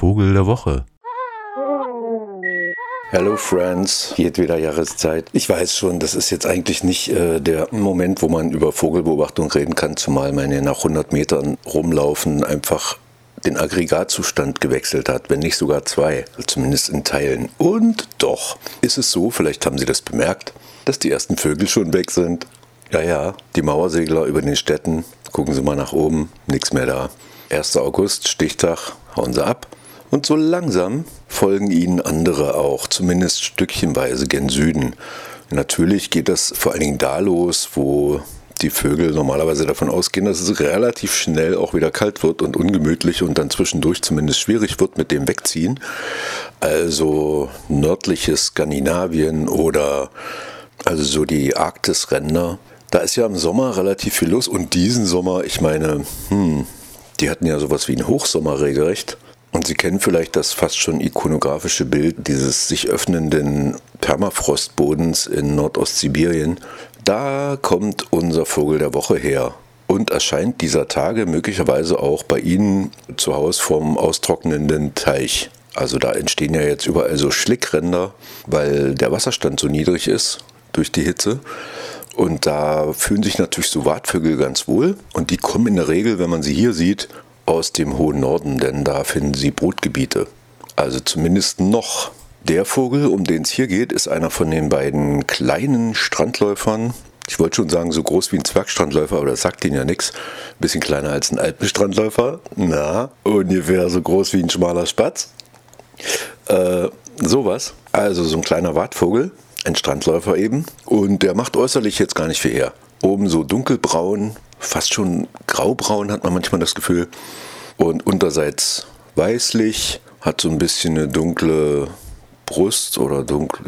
Vogel der Woche. Hello Friends, jedweder Jahreszeit. Ich weiß schon, das ist jetzt eigentlich nicht der Moment, wo man über Vogelbeobachtung reden kann, zumal man ja nach 100 Metern rumlaufen einfach den Aggregatzustand gewechselt hat, wenn nicht sogar zwei, zumindest in Teilen. Und doch ist es so, vielleicht haben Sie das bemerkt, dass die ersten Vögel schon weg sind. Ja, die Mauersegler über den Städten, gucken Sie mal nach oben, nichts mehr da. 1. August, Stichtag, hauen sie ab. Und so langsam folgen ihnen andere auch, zumindest stückchenweise gen Süden. Natürlich geht das vor allen Dingen da los, wo die Vögel normalerweise davon ausgehen, dass es relativ schnell auch wieder kalt wird und ungemütlich und dann zwischendurch zumindest schwierig wird mit dem Wegziehen. Also nördliches Skandinavien oder also so die Arktisränder. Da ist ja im Sommer relativ viel los und diesen Sommer, ich meine, die hatten ja sowas wie einen Hochsommer regelrecht. Und Sie kennen vielleicht das fast schon ikonografische Bild dieses sich öffnenden Permafrostbodens in Nordostsibirien. Da kommt unser Vogel der Woche her und erscheint dieser Tage möglicherweise auch bei Ihnen zu Hause vorm austrocknenden Teich. Also da entstehen ja jetzt überall so Schlickränder, weil der Wasserstand so niedrig ist durch die Hitze. Und da fühlen sich natürlich so Watvögel ganz wohl. Und die kommen in der Regel, wenn man sie hier sieht, aus dem hohen Norden, denn da finden Sie Brutgebiete. Also zumindest noch. Der Vogel, um den es hier geht, ist einer von den beiden kleinen Strandläufern. Ich wollte schon sagen, so groß wie ein Zwergstrandläufer, aber das sagt Ihnen ja nichts. Ein bisschen kleiner als ein Alpenstrandläufer. Na, ungefähr so groß wie ein schmaler Spatz. Sowas. Also so ein kleiner Watvogel, ein Strandläufer eben. Und der macht äußerlich jetzt gar nicht viel her. Oben so dunkelbraun, fast schon graubraun hat man manchmal das Gefühl. Und unterseits weißlich, hat so ein bisschen eine dunkle Brust oder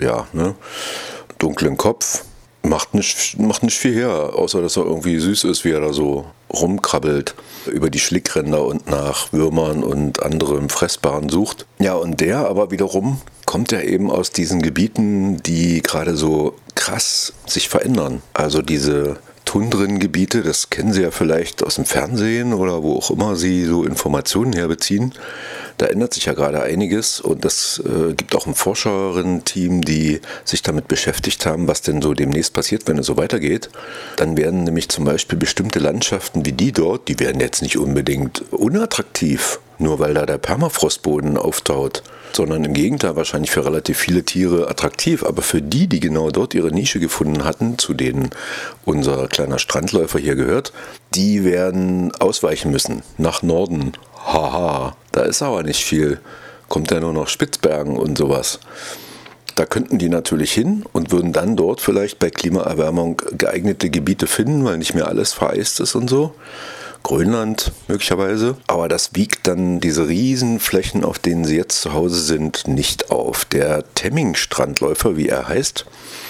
dunklen Kopf. Macht nicht viel her, außer dass er irgendwie süß ist, wie er da so rumkrabbelt über die Schlickränder und nach Würmern und anderem Fressbaren sucht. Ja, und der aber wiederum kommt ja eben aus diesen Gebieten, die gerade so krass sich verändern. Also diese Tundrengebiete, das kennen Sie ja vielleicht aus dem Fernsehen oder wo auch immer Sie so Informationen herbeziehen. Da ändert sich ja gerade einiges und das gibt auch ein Forscherinnen-Team, die sich damit beschäftigt haben, was denn so demnächst passiert, wenn es so weitergeht. Dann werden nämlich zum Beispiel bestimmte Landschaften wie die dort, die werden jetzt nicht unbedingt unattraktiv, nur weil da der Permafrostboden auftaut, sondern im Gegenteil wahrscheinlich für relativ viele Tiere attraktiv. Aber für die genau dort ihre Nische gefunden hatten, zu denen unser kleiner Strandläufer hier gehört, die werden ausweichen müssen nach Norden. Haha, da ist aber nicht viel. Kommt ja nur noch Spitzbergen und sowas. Da könnten die natürlich hin und würden dann dort vielleicht bei Klimaerwärmung geeignete Gebiete finden, weil nicht mehr alles vereist ist und so. Grönland möglicherweise. Aber das wiegt dann diese Riesenflächen, auf denen sie jetzt zu Hause sind, nicht auf. Der Temming-Strandläufer, wie er heißt,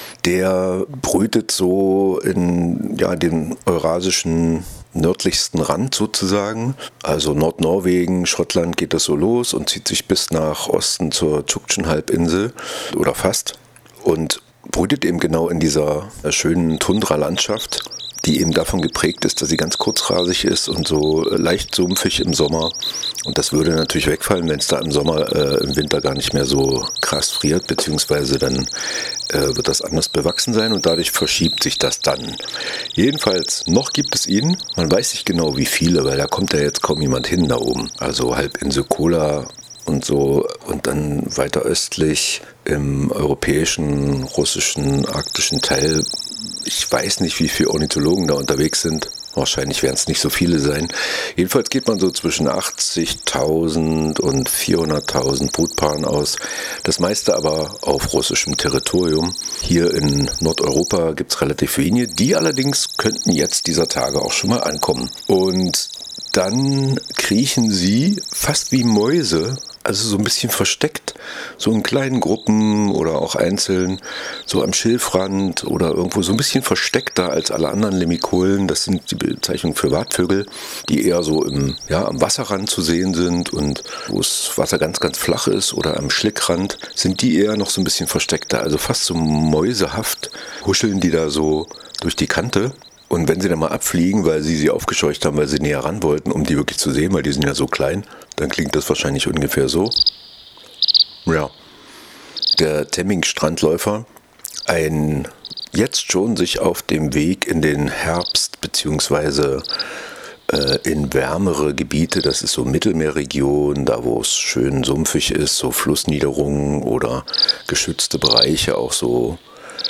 der brütet so in den eurasischen nördlichsten Rand sozusagen. Also Nordnorwegen, Schottland geht das so los und zieht sich bis nach Osten zur Tschuktschen-Halbinsel oder fast. Und brütet eben genau in dieser schönen Tundralandschaft, die eben davon geprägt ist, dass sie ganz kurzrasig ist und so leicht sumpfig im Sommer. Und das würde natürlich wegfallen, wenn es da im Winter gar nicht mehr so krass friert, beziehungsweise dann wird das anders bewachsen sein und dadurch verschiebt sich das dann. Jedenfalls, noch gibt es ihn, man weiß nicht genau wie viele, weil da kommt ja jetzt kaum jemand hin da oben. Also Halbinsel Kola und so und dann weiter östlich im europäischen, russischen, arktischen Teil. Ich weiß nicht, wie viele Ornithologen da unterwegs sind. Wahrscheinlich werden es nicht so viele sein. Jedenfalls geht man so zwischen 80.000 und 400.000 Brutpaaren aus. Das meiste aber auf russischem Territorium. Hier in Nordeuropa gibt es relativ wenige. Die allerdings könnten jetzt dieser Tage auch schon mal ankommen. Und dann kriechen sie fast wie Mäuse, also so ein bisschen versteckt, so in kleinen Gruppen oder auch einzeln, so am Schilfrand oder irgendwo so ein bisschen versteckter als alle anderen Lemikolen. Das sind die Bezeichnungen für Watvögel, die eher so am Wasserrand zu sehen sind und wo das Wasser ganz, ganz flach ist oder am Schlickrand, sind die eher noch so ein bisschen versteckter. Also fast so mäusehaft huscheln die da so durch die Kante. Und wenn sie dann mal abfliegen, weil sie aufgescheucht haben, weil sie näher ran wollten, um die wirklich zu sehen, weil die sind ja so klein, dann klingt das wahrscheinlich ungefähr so. Ja, der Temming-Strandläufer, ein jetzt schon sich auf dem Weg in den Herbst beziehungsweise in wärmere Gebiete, das ist so Mittelmeerregion, da wo es schön sumpfig ist, so Flussniederungen oder geschützte Bereiche, auch so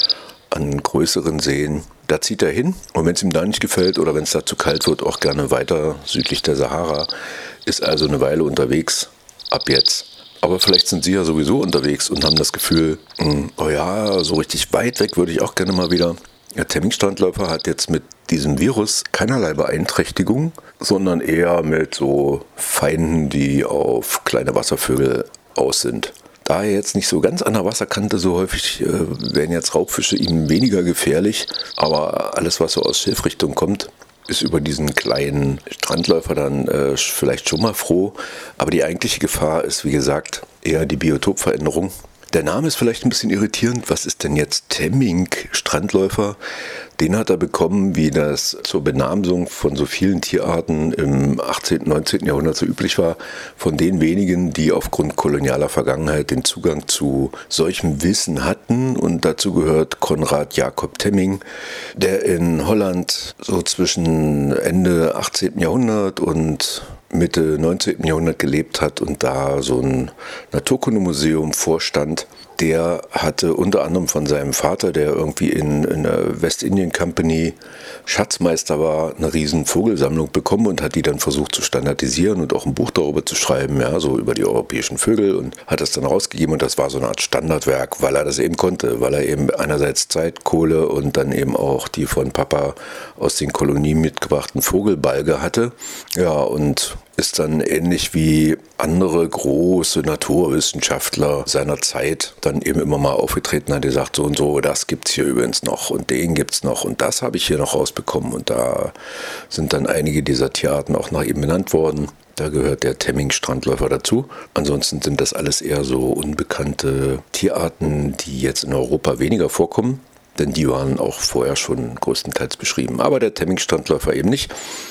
an größeren Seen. Da zieht er hin und wenn es ihm da nicht gefällt oder wenn es da zu kalt wird, auch gerne weiter südlich der Sahara, ist also eine Weile unterwegs, ab jetzt. Aber vielleicht sind Sie ja sowieso unterwegs und haben das Gefühl, oh ja, so richtig weit weg würde ich auch gerne mal wieder. Der Temming-Strandläufer hat jetzt mit diesem Virus keinerlei Beeinträchtigung, sondern eher mit so Feinden, die auf kleine Wasservögel aus sind. Da er jetzt nicht so ganz an der Wasserkante so häufig, werden jetzt Raubfische ihm weniger gefährlich, aber alles, was so aus Schilfrichtung kommt, ist über diesen kleinen Strandläufer dann vielleicht schon mal froh. Aber die eigentliche Gefahr ist, wie gesagt, eher die Biotopveränderung. Der Name ist vielleicht ein bisschen irritierend. Was ist denn jetzt Temming-Strandläufer? Den hat er bekommen, wie das zur Benamsung von so vielen Tierarten im 18., 19. Jahrhundert so üblich war, von den wenigen, die aufgrund kolonialer Vergangenheit den Zugang zu solchem Wissen hatten. Und dazu gehört Konrad Jacob Temming, der in Holland so zwischen Ende 18. Jahrhundert und Mitte 19. Jahrhundert gelebt hat und da so ein Naturkundemuseum vorstand. Der hatte unter anderem von seinem Vater, der irgendwie in der Westindien Company Schatzmeister war, eine riesen Vogelsammlung bekommen und hat die dann versucht zu standardisieren und auch ein Buch darüber zu schreiben, ja, so über die europäischen Vögel, und hat das dann rausgegeben und das war so eine Art Standardwerk, weil er das eben konnte, weil er eben einerseits Zeitkohle und dann eben auch die von Papa aus den Kolonien mitgebrachten Vogelbalge hatte. Ja, und ist dann ähnlich wie andere große Naturwissenschaftler seiner Zeit dann eben immer mal aufgetreten, hat gesagt, so und so, das gibt's hier übrigens noch und den gibt's noch und das habe ich hier noch rausbekommen, und da sind dann einige dieser Tierarten auch nach ihm benannt worden. Da gehört der Temming-Strandläufer dazu. Ansonsten sind das alles eher so unbekannte Tierarten, die jetzt in Europa weniger vorkommen, denn die waren auch vorher schon größtenteils beschrieben. Aber der Temming-Strandläufer eben nicht.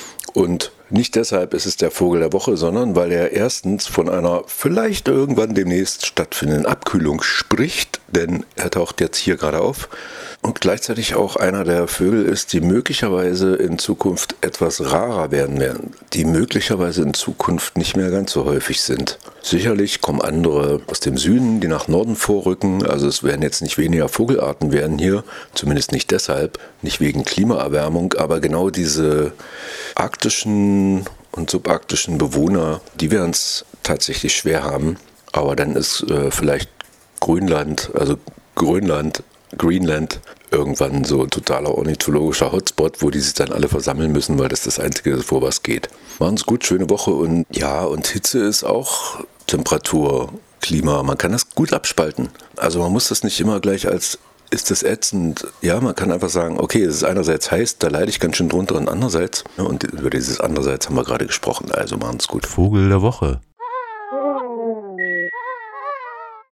Und nicht deshalb ist es der Vogel der Woche, sondern weil er erstens von einer vielleicht irgendwann demnächst stattfindenden Abkühlung spricht, denn er taucht jetzt hier gerade auf, und gleichzeitig auch einer der Vögel ist, die möglicherweise in Zukunft etwas rarer werden, die möglicherweise in Zukunft nicht mehr ganz so häufig sind. Sicherlich kommen andere aus dem Süden, die nach Norden vorrücken, also es werden jetzt nicht weniger Vogelarten werden hier, zumindest nicht deshalb, nicht wegen Klimaerwärmung, aber genau diese arktischen und subarktischen Bewohner, die werden es tatsächlich schwer haben, aber dann ist vielleicht Grönland irgendwann so ein totaler ornithologischer Hotspot, wo die sich dann alle versammeln müssen, weil das das Einzige ist, wo was geht. Machen's gut, schöne Woche, und ja, und Hitze ist auch Temperatur, Klima, man kann das gut abspalten. Also man muss das nicht immer gleich als, ist das ätzend? Ja, man kann einfach sagen, okay, es ist einerseits heiß, da leide ich ganz schön drunter, und andererseits, und über dieses andererseits haben wir gerade gesprochen, also machen's gut. Vogel der Woche.